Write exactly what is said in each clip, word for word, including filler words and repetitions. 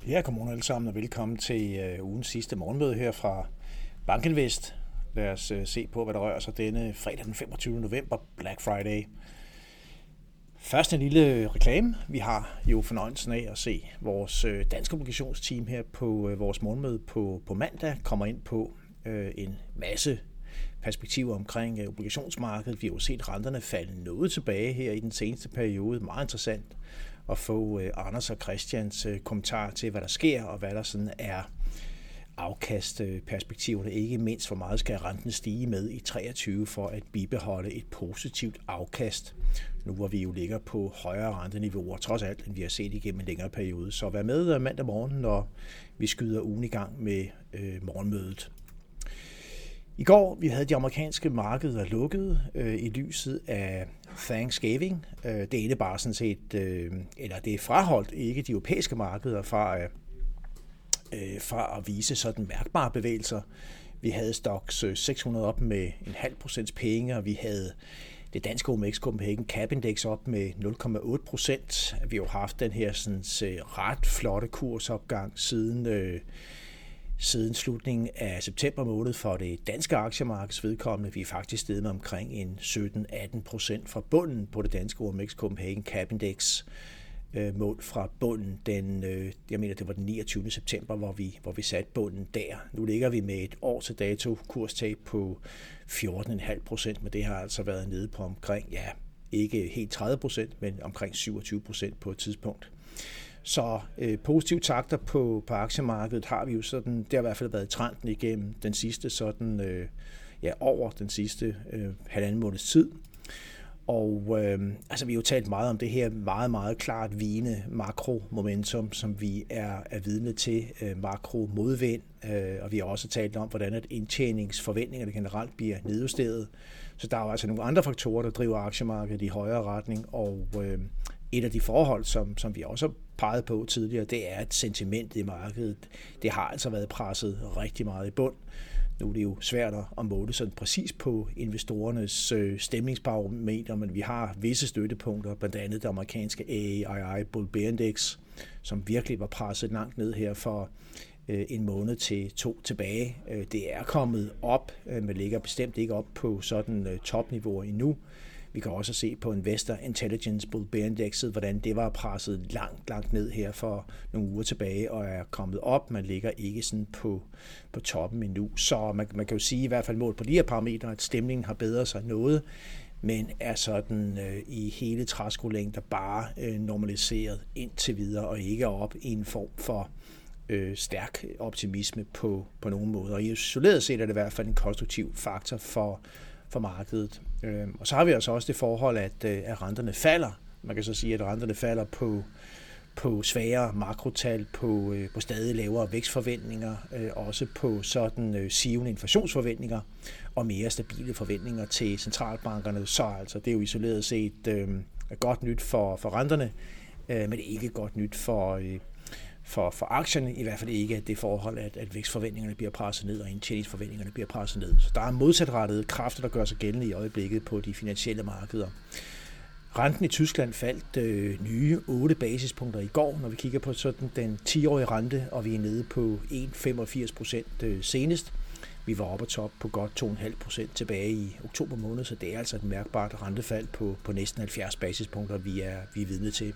Ja, godmorgen alle sammen og velkommen til øh, ugens sidste morgenmøde her fra BankInvest. Lad os øh, se på, hvad der rører sig denne fredag den femogtyvende november, Black Friday. Først en lille reklame. Vi har jo fornøjelsen af at se vores øh, danske obligationsteam her på øh, vores morgenmøde på, på mandag kommer ind på øh, en masse perspektiver omkring øh, obligationsmarkedet. Vi har jo set renterne falde noget tilbage her i den seneste periode. Meget interessant at få øh, Anders og Christians øh, kommentar til, hvad der sker, og hvad der sådan er afkastperspektiverne. Ikke mindst, hvor meget skal renten stige med i treogtyve for at bibeholde et positivt afkast. Nu hvor vi jo ligger på højere renteniveauer, trods alt, end vi har set igennem en længere periode. Så vær med mandag morgen, når vi skyder ugen i gang med øh, morgenmødet. I går vi havde de amerikanske markeder lukket øh, i lyset af Thanksgiving. Øh, det indebar sådan set, øh, eller det er fraholdt ikke de europæiske markeder fra, øh, fra at vise sådan mærkbare bevægelser. Vi havde Stoxx seks hundrede op med en halv procents penge, og vi havde det danske O M X Copenhagen Cap Index op med nul komma otte procent. Vi har jo haft den her sådan, ret flotte kursopgang siden øh, Siden slutningen af september måned for det danske aktiemarkeds vedkommende. Vi er faktisk steget med omkring en sytten til atten procent fra bunden på det danske O M X Copenhagen Cap Index. Mål fra bunden, den, jeg mener det var den niogtyvende september, hvor vi, hvor vi satte bunden der. Nu ligger vi med et år til dato kurstab på fjorten komma fem procent, men det har altså været nede på omkring, ja, ikke helt tredive procent, men omkring syvogtyve procent på et tidspunkt. Så øh, positive takter på, på aktiemarkedet har vi jo sådan, det har i hvert fald været trenden igennem den sidste sådan, øh, ja, over den sidste øh, halvanden måneds tid. Og øh, altså vi har jo talt meget om det her meget, meget klart vigende makromomentum, som vi er, er vidne til, øh, makromodvind, øh, og vi har også talt om, hvordan at indtjeningsforventningerne generelt bliver nedjusteret. Så der er jo altså nogle andre faktorer, der driver aktiemarkedet i højere retning, og øh, et af de forhold, som, som vi også har peget på tidligere, det er, at sentimentet i markedet, det har altså været presset rigtig meget i bund. Nu er det jo svært at måle sådan præcis på investorernes øh, stemningsbarometer, men vi har visse støttepunkter, blandt andet det amerikanske A A I Bull Bear Index, som virkelig var presset langt ned her for øh, en måned til to tilbage. Øh, det er kommet op, øh, men ligger bestemt ikke op på sådan øh, topniveauer endnu. Vi kan også se på Investor Intelligence Bull Bear Indexet, hvordan det var presset langt, langt ned her for nogle uger tilbage og er kommet op. Man ligger ikke sådan på, på toppen endnu. Så man, man kan jo sige, i hvert fald målt på de her parametre, at stemningen har bedret sig noget, men er sådan øh, i hele træskolængder bare øh, normaliseret indtil videre og ikke op i en form for øh, stærk optimisme på, på nogen måde. Og isoleret set er det i hvert fald en konstruktiv faktor for for markedet. Og så har vi altså også det forhold, at, at renterne falder. Man kan så sige, at renterne falder på, på svagere makrotal, på, på stadig lavere vækstforventninger, også på sådan sivende inflationsforventninger og mere stabile forventninger til centralbankerne. Så altså, det er jo isoleret set øh, godt nyt for, for renterne, øh, men ikke godt nyt for øh, For, for aktierne, i hvert fald ikke at det forhold, at, at vækstforventningerne bliver presset ned, og indtjeningsforventningerne bliver presset ned. Så der er modsatrettede kræfter, der gør sig gældende i øjeblikket på de finansielle markeder. Renten i Tyskland faldt øh, nye otte basispunkter i går, når vi kigger på sådan den ti-årige rente, og vi er nede på en komma femogfirs procent øh, senest. Vi var oppe på top på godt to komma fem procent tilbage i oktober måned, så det er altså et mærkbart rentefald på, på næsten halvfjerds basispunkter, vi er, vi er vidne til.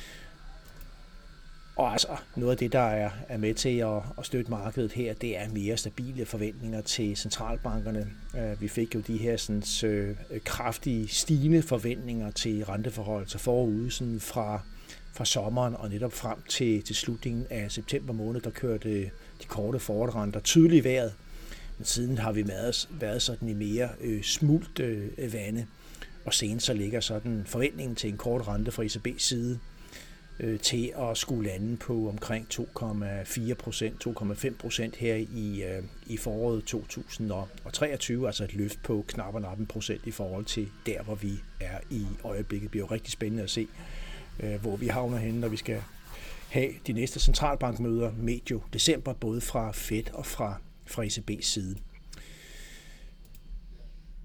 Og altså noget af det, der er, er med til at, at støtte markedet her, det er mere stabile forventninger til centralbankerne. Vi fik jo de her sådan, så, kraftige, stigende forventninger til renteforhold forude sådan fra, fra sommeren og netop frem til, til slutningen af september måned, der kørte de korte forward-renter tydeligt i vejret. Men siden har vi været, været sådan i mere øh, smult øh, vande, og senere så ligger sådan forventningen til en kort rente fra E C B's side til at skulle lande på omkring to komma fire procent, to komma fem procent her i, øh, i foråret to tusind treogtyve, altså et løft på knap og nap en procent i forhold til der, hvor vi er i øjeblikket. Det bliver jo rigtig spændende at se, øh, hvor vi havner henne, når vi skal have de næste centralbankmøder medio december, både fra Fed og fra, fra E C B's side.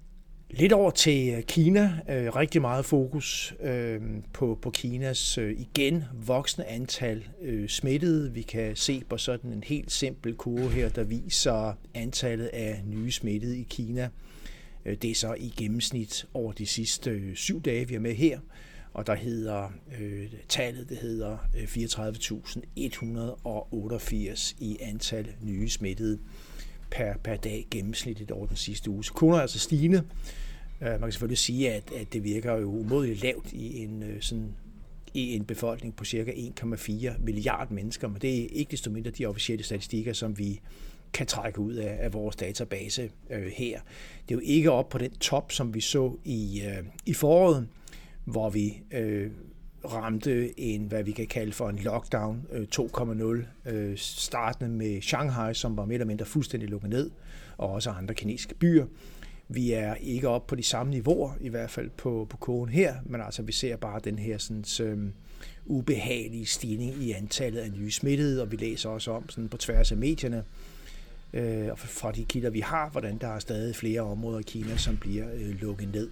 Lidt over til Kina. Rigtig meget fokus på, på Kinas igen voksende antal smittede. Vi kan se på sådan en helt simpel kurve her, der viser antallet af nye smittede i Kina. Det er så i gennemsnit over de sidste syv dage, vi er med her. Og der hedder øh, tallet, det hedder fireogtredive tusind et hundrede otteogfirs i antal nye smittede per, per dag gennemsnitligt over den sidste uge. Så kurven er altså stigende. Man kan selvfølgelig sige, at, at det virker jo umådeligt lavt i en, sådan, i en befolkning på cirka en komma fire milliarder mennesker, men det er ikke desto mindre de officielle statistikker, som vi kan trække ud af, af vores database øh, her. Det er jo ikke op på den top, som vi så i, øh, i foråret, hvor vi øh, ramte en, hvad vi kan kalde for en lockdown øh, to komma nul, øh, startende med Shanghai, som var mere eller mindre fuldstændig lukket ned, og også andre kinesiske byer. Vi er ikke oppe på de samme niveauer, i hvert fald på, på kurven her, men altså vi ser bare den her sådan, øh, ubehagelige stigning i antallet af nye smittede, og vi læser også om sådan, på tværs af medierne, øh, og fra de kilder, vi har, hvordan der er stadig flere områder i Kina, som bliver øh, lukket ned.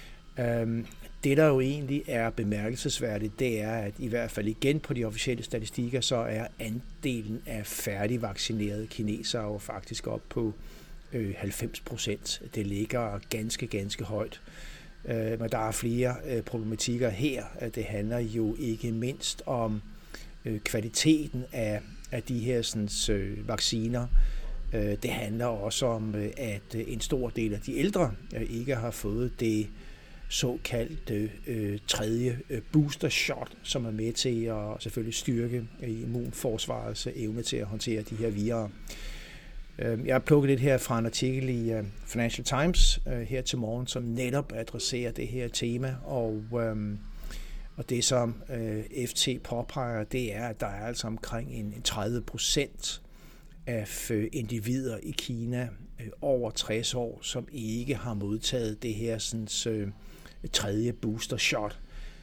Øh, det, der jo egentlig er bemærkelsesværdigt, det er, at i hvert fald igen på de officielle statistikker, så er andelen af færdigvaccinerede kinesere jo faktisk op på halvfems procent. Det ligger ganske, ganske højt. Men der er flere problematikker her. Det handler jo ikke mindst om kvaliteten af, af de her sådan, vacciner. Det handler også om, at en stor del af de ældre ikke har fået det såkaldte øh, tredje booster shot, som er med til at selvfølgelig styrke immunforsvarets evne til at håndtere de her virer. Jeg har plukket lidt her fra en artikel i Financial Times her til morgen, som netop adresserer det her tema, og, og det som F T påpeger, det er, at der er altså omkring en tredive procent af individer i Kina over tres år, som ikke har modtaget det her sådan, tredje booster shot.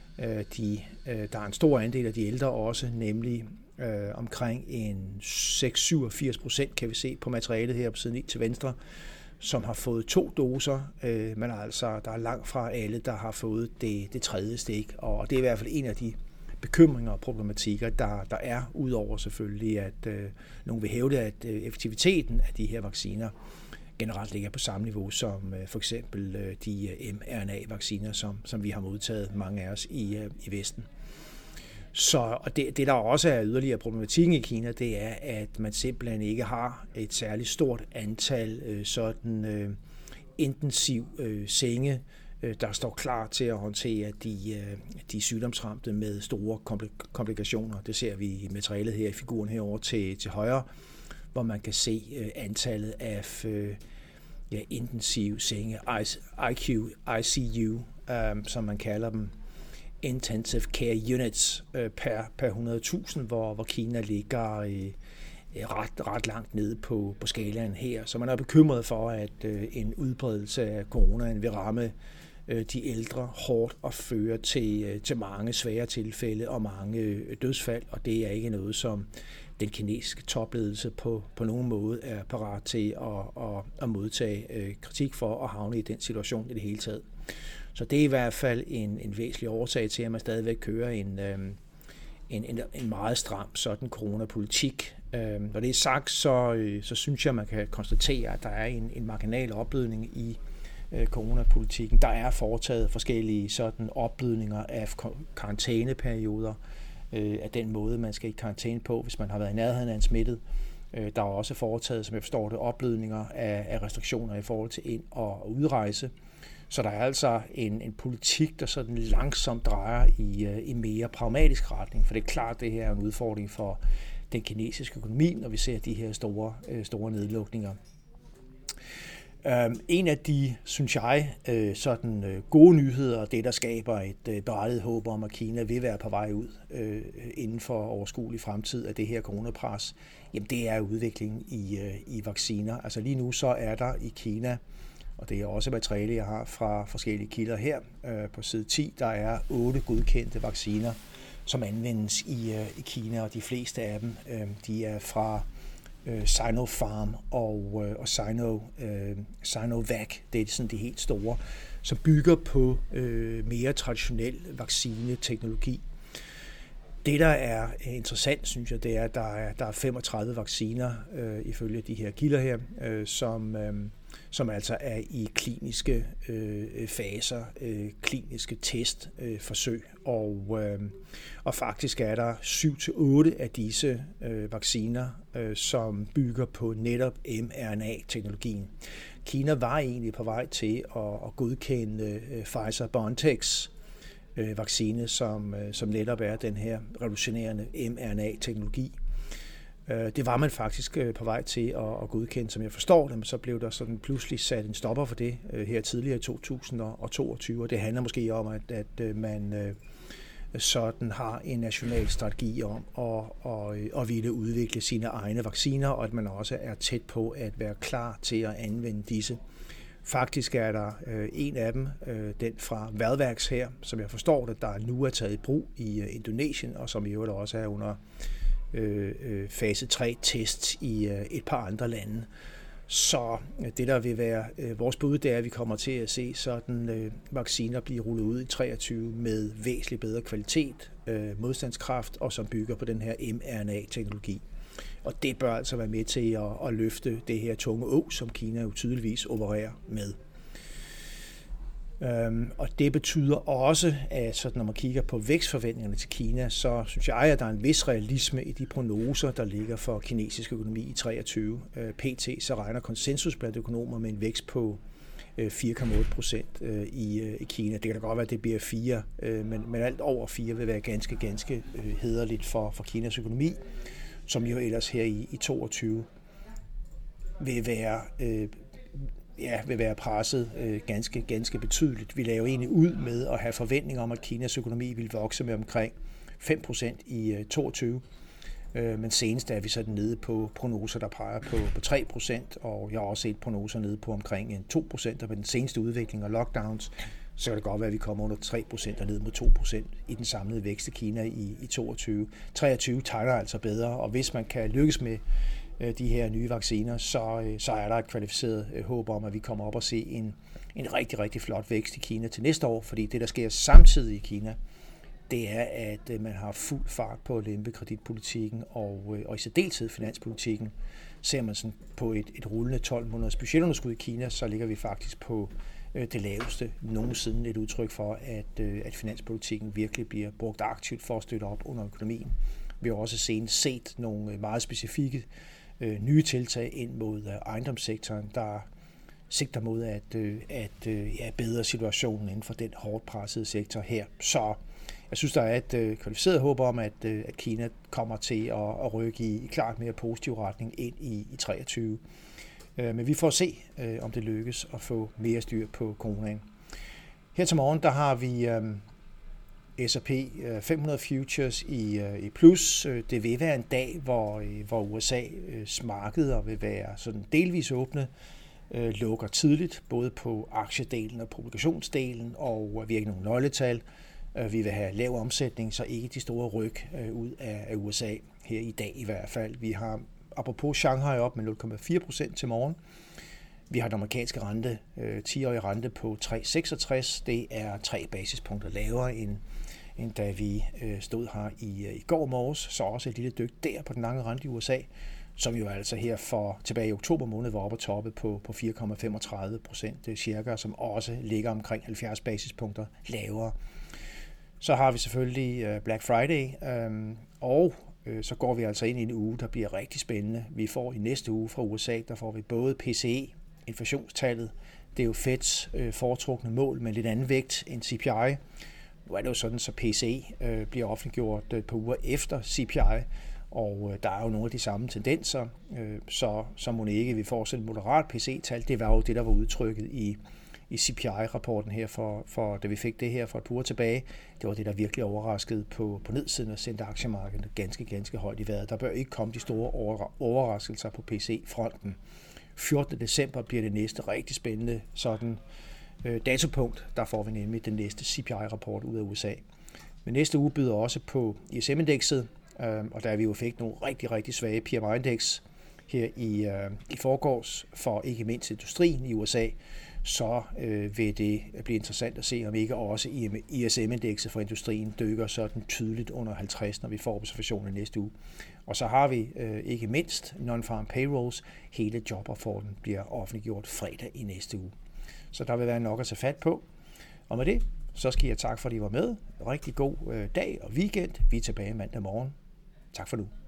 De, der er en stor andel af de ældre også, nemlig Øh, omkring en seks til syvogfirs procent kan vi se på materialet her på siden ni til venstre, som har fået to doser, øh, men altså der er langt fra alle, der har fået det, det tredje stik, og det er i hvert fald en af de bekymringer og problematikker, der, der er, udover selvfølgelig, at øh, nogen vil hævde, at øh, effektiviteten af de her vacciner generelt ligger på samme niveau som øh, for eksempel øh, de øh, M R N A-vacciner, som, som vi har modtaget mange af os i, øh, i Vesten. Så og det, det, der også er yderligere problematikken i Kina, det er, at man simpelthen ikke har et særligt stort antal øh, sådan øh, intensiv øh, senge, øh, der står klar til at håndtere de, øh, de sygdomsramte med store komplikationer. Det ser vi i materialet her i figuren herovre til, til højre, hvor man kan se øh, antallet af øh, ja, intensive senge, I Q, I C U, øh, som man kalder dem, intensive care units øh, per, per hundrede tusind, hvor, hvor Kina ligger øh, ret, ret langt nede på, på skalaen her. Så man er bekymret for, at øh, en udbredelse af coronaen vil ramme øh, de ældre hårdt og føre til, øh, til mange svære tilfælde og mange øh, dødsfald, og det er ikke noget, som den kinesiske topledelse på, på nogen måde er parat til at, at, at modtage øh, kritik for at havne i den situation i det hele taget. Så det er i hvert fald en, en væsentlig årsag til, at man stadigvæk kører en, øhm, en, en, en meget stram sådan coronapolitik. Øhm, når det er sagt, så, øh, så synes jeg, at man kan konstatere, at der er en, en marginal opblødning i øh, coronapolitikken. Der er foretaget forskellige sådan opblødninger af karantæneperioder, øh, af den måde, man skal i karantæne på, hvis man har været i nærheden af en smittet. Øh, der er også foretaget, som jeg forstår det, opblødninger af, af restriktioner i forhold til ind- og udrejse. Så der er altså en, en politik, der sådan langsomt drejer i, i mere pragmatisk retning, for det er klart, at det her er en udfordring for den kinesiske økonomi, når vi ser de her store, store nedlukninger. En af de, synes jeg, sådan gode nyheder, det der skaber et berettiget håb om, at Kina vil være på vej ud inden for overskuelig fremtid af det her coronapres, jamen det er udviklingen i, i vacciner. Altså lige nu så er der i Kina, og det er også materiale, jeg har fra forskellige kilder her øh, på side ti. Der er otte godkendte vacciner, som anvendes i, øh, i Kina, og de fleste af dem, øh, de er fra øh, Sinopharm og, øh, og Sino, øh, Sinovac. Det er sådan de helt store, som bygger på øh, mere traditionel vaccineteknologi. Det, der er interessant, synes jeg, det er, at der er, der er femogtredive vacciner, øh, ifølge de her kilder her, øh, som, øh, som altså er i kliniske øh, faser, øh, kliniske testforsøg. Øh, og, øh, og faktisk er der syv til otte af disse øh, vacciner, øh, som bygger på netop mRNA-teknologien. Kina var egentlig på vej til at, at godkende øh, Pfizer-BioNTechs vaccine, som, som netop er den her revolutionerende mRNA-teknologi. Det var man faktisk på vej til at godkende, som jeg forstår det, men så blev der sådan pludselig sat en stopper for det her tidligere i to tusind toogtyve, og det handler måske om, at, at man sådan har en national strategi om at, at, at ville udvikle sine egne vacciner, og at man også er tæt på at være klar til at anvende disse. Faktisk er der øh, en af dem, øh, den fra Valvax her, som jeg forstår det, der nu er taget i brug i øh, Indonesien, og som i øvrigt også er under øh, øh, fase tre test i øh, et par andre lande. Så øh, det, der vil være øh, vores bud, det er, at vi kommer til at se sådan øh, vacciner blive rullet ud i treogtyve med væsentligt bedre kvalitet, øh, modstandskraft, og som bygger på den her mRNA-teknologi. Og det bør altså være med til at, at løfte det her tunge å, som Kina jo tydeligvis opererer med. Øhm, og det betyder også, at så når man kigger på vækstforventningerne til Kina, så synes jeg, at der er en vis realisme i de prognoser, der ligger for kinesisk økonomi i treogtyve. Øh, P T så regner konsensus blandt økonomer med en vækst på øh, fire komma otte procent øh, i, øh, i Kina. Det kan da godt være, at det bliver fire, øh, men, men alt over fire vil være ganske, ganske øh, hæderligt for, for Kinas økonomi, som jo ellers her i, i toogtyve vil være, øh, ja, vil være presset øh, ganske, ganske betydeligt. Vi laver egentlig ud med at have forventninger om, at Kinas økonomi vil vokse med omkring fem procent i øh, toogtyve, øh, men senest er vi sådan nede på prognoser, der peger på, på tre procent, og jeg har også set prognoser nede på omkring en to procent, og med den seneste udvikling og lockdowns, så kan det godt være, at vi kommer under tre procent og ned mod to procent i den samlede vækst i Kina i, i toogtyve. treogtyve tegner altså bedre, og hvis man kan lykkes med øh, de her nye vacciner, så, øh, så er der et kvalificeret øh, håb om, at vi kommer op og se en, en rigtig, rigtig flot vækst i Kina til næste år, fordi det, der sker samtidig i Kina, det er, at øh, man har fuld fart på at lempe kreditpolitikken og, øh, og i særdeleshed finanspolitikken. Ser man sådan på et, et rullende tolv måneders budgetunderskud i Kina, så ligger vi faktisk på det laveste nogensinde, et udtryk for, at, at finanspolitikken virkelig bliver brugt aktivt for at støtte op under økonomien. Vi har også senest set nogle meget specifikke øh, nye tiltag ind mod øh, ejendomssektoren, der sigter mod at, øh, at øh, ja, bedre situationen inden for den hårdt pressede sektor her. Så jeg synes, der er et øh, kvalificeret håb om, at, øh, at Kina kommer til at, at rykke i, i klart mere positiv retning ind i, i treogtyve. Men vi får se, om det lykkes at få mere styr på coronaen. Her til morgen, der har vi um, S og P fem hundrede Futures i, uh, i plus. Det vil være en dag, hvor, hvor U S A's markeder vil være sådan delvis åbne, uh, lukker tidligt, både på aktiedelen og publikationsdelen, og vi har ikke nogen nøgletal. Uh, vi vil have lav omsætning, så ikke de store ryg uh, ud af, af U S A her i dag i hvert fald. Vi har apropos Shanghai op med nul komma fire procent til morgen. Vi har den amerikanske rente, øh, ti-årige rente på tre komma seksogtres. Det er tre basispunkter lavere, end, end da vi øh, stod her i, øh, i går morges. Så også et lille dyk der på den lange rente i U S A, som jo altså her for tilbage i oktober måned var oppe og toppe på, på fire komma femogtredive procent cirka, som også ligger omkring halvfjerds basispunkter lavere. Så har vi selvfølgelig øh, Black Friday, øh, og så går vi altså ind i en uge, der bliver rigtig spændende. Vi får i næste uge fra U S A, der får vi både P C E, inflationstallet, det er jo Feds øh, foretrukne mål med lidt anden vægt end C P I. Nu er det jo sådan, så P C E øh, bliver offentliggjort et par uger efter C P I, og øh, der er jo nogle af de samme tendenser, øh, så, så må ikke vi får sådan et moderat P C E-tal. Det var jo det, der var udtrykket i i C P I-rapporten her, for, for, da vi fik det her for et par uger tilbage. Det var det, der virkelig overraskede på, på nedsiden og sendte aktiemarkedet ganske, ganske højt i vejret. Der bør ikke komme de store overraskelser på P C E-fronten. fjortende december bliver det næste rigtig spændende sådan øh, datopunkt. Der får vi nemlig den næste C P I-rapport ud af U S A. Men næste uge byder også på I S M-indekset, øh, og der er vi jo fik nogle rigtig, rigtig svage P M I-indeks. her i, øh, i forgårs for ikke mindst industrien i U S A, så øh, vil det blive interessant at se, om ikke også I S M-indekset for industrien dykker sådan tydeligt under halvtreds, når vi får observationen næste uge. Og så har vi øh, ikke mindst non-farm payrolls. Hele jobrapporten bliver offentliggjort fredag i næste uge. Så der vil være nok at tage fat på. Og med det, så skal jeg takke for, at I var med. Rigtig god øh, dag og weekend. Vi er tilbage mandag morgen. Tak for nu.